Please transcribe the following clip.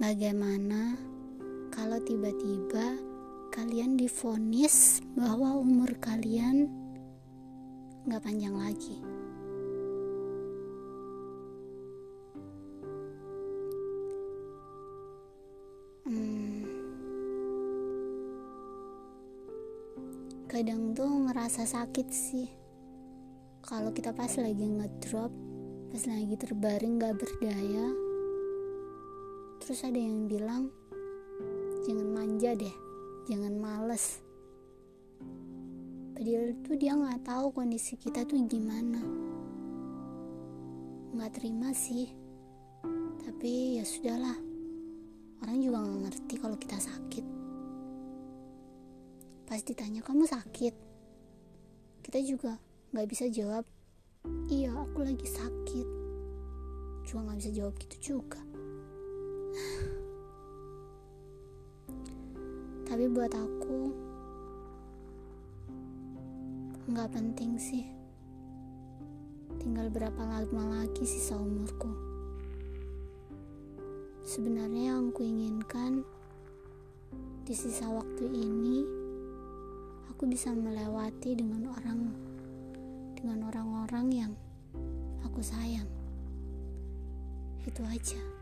Bagaimana kalau tiba-tiba kalian divonis bahwa umur kalian gak panjang lagi? Kadang tuh ngerasa sakit sih kalau kita pas lagi ngedrop, pas lagi terbaring gak berdaya, terus ada yang bilang, jangan manja deh, jangan males. Padahal tuh dia gak tahu kondisi kita tuh gimana. Gak terima sih, tapi ya sudahlah, orang juga gak ngerti kalau kita sakit. Pas ditanya, kamu sakit? Kita juga gak bisa jawab, iya aku lagi sakit. Juga gak bisa jawab gitu juga. Tapi buat aku gak penting sih. Tinggal berapa lama lagi sisa umurku. Sebenarnya yang aku inginkan di sisa waktu ini, aku bisa melewati dengan orang-orang yang aku sayang. Itu aja.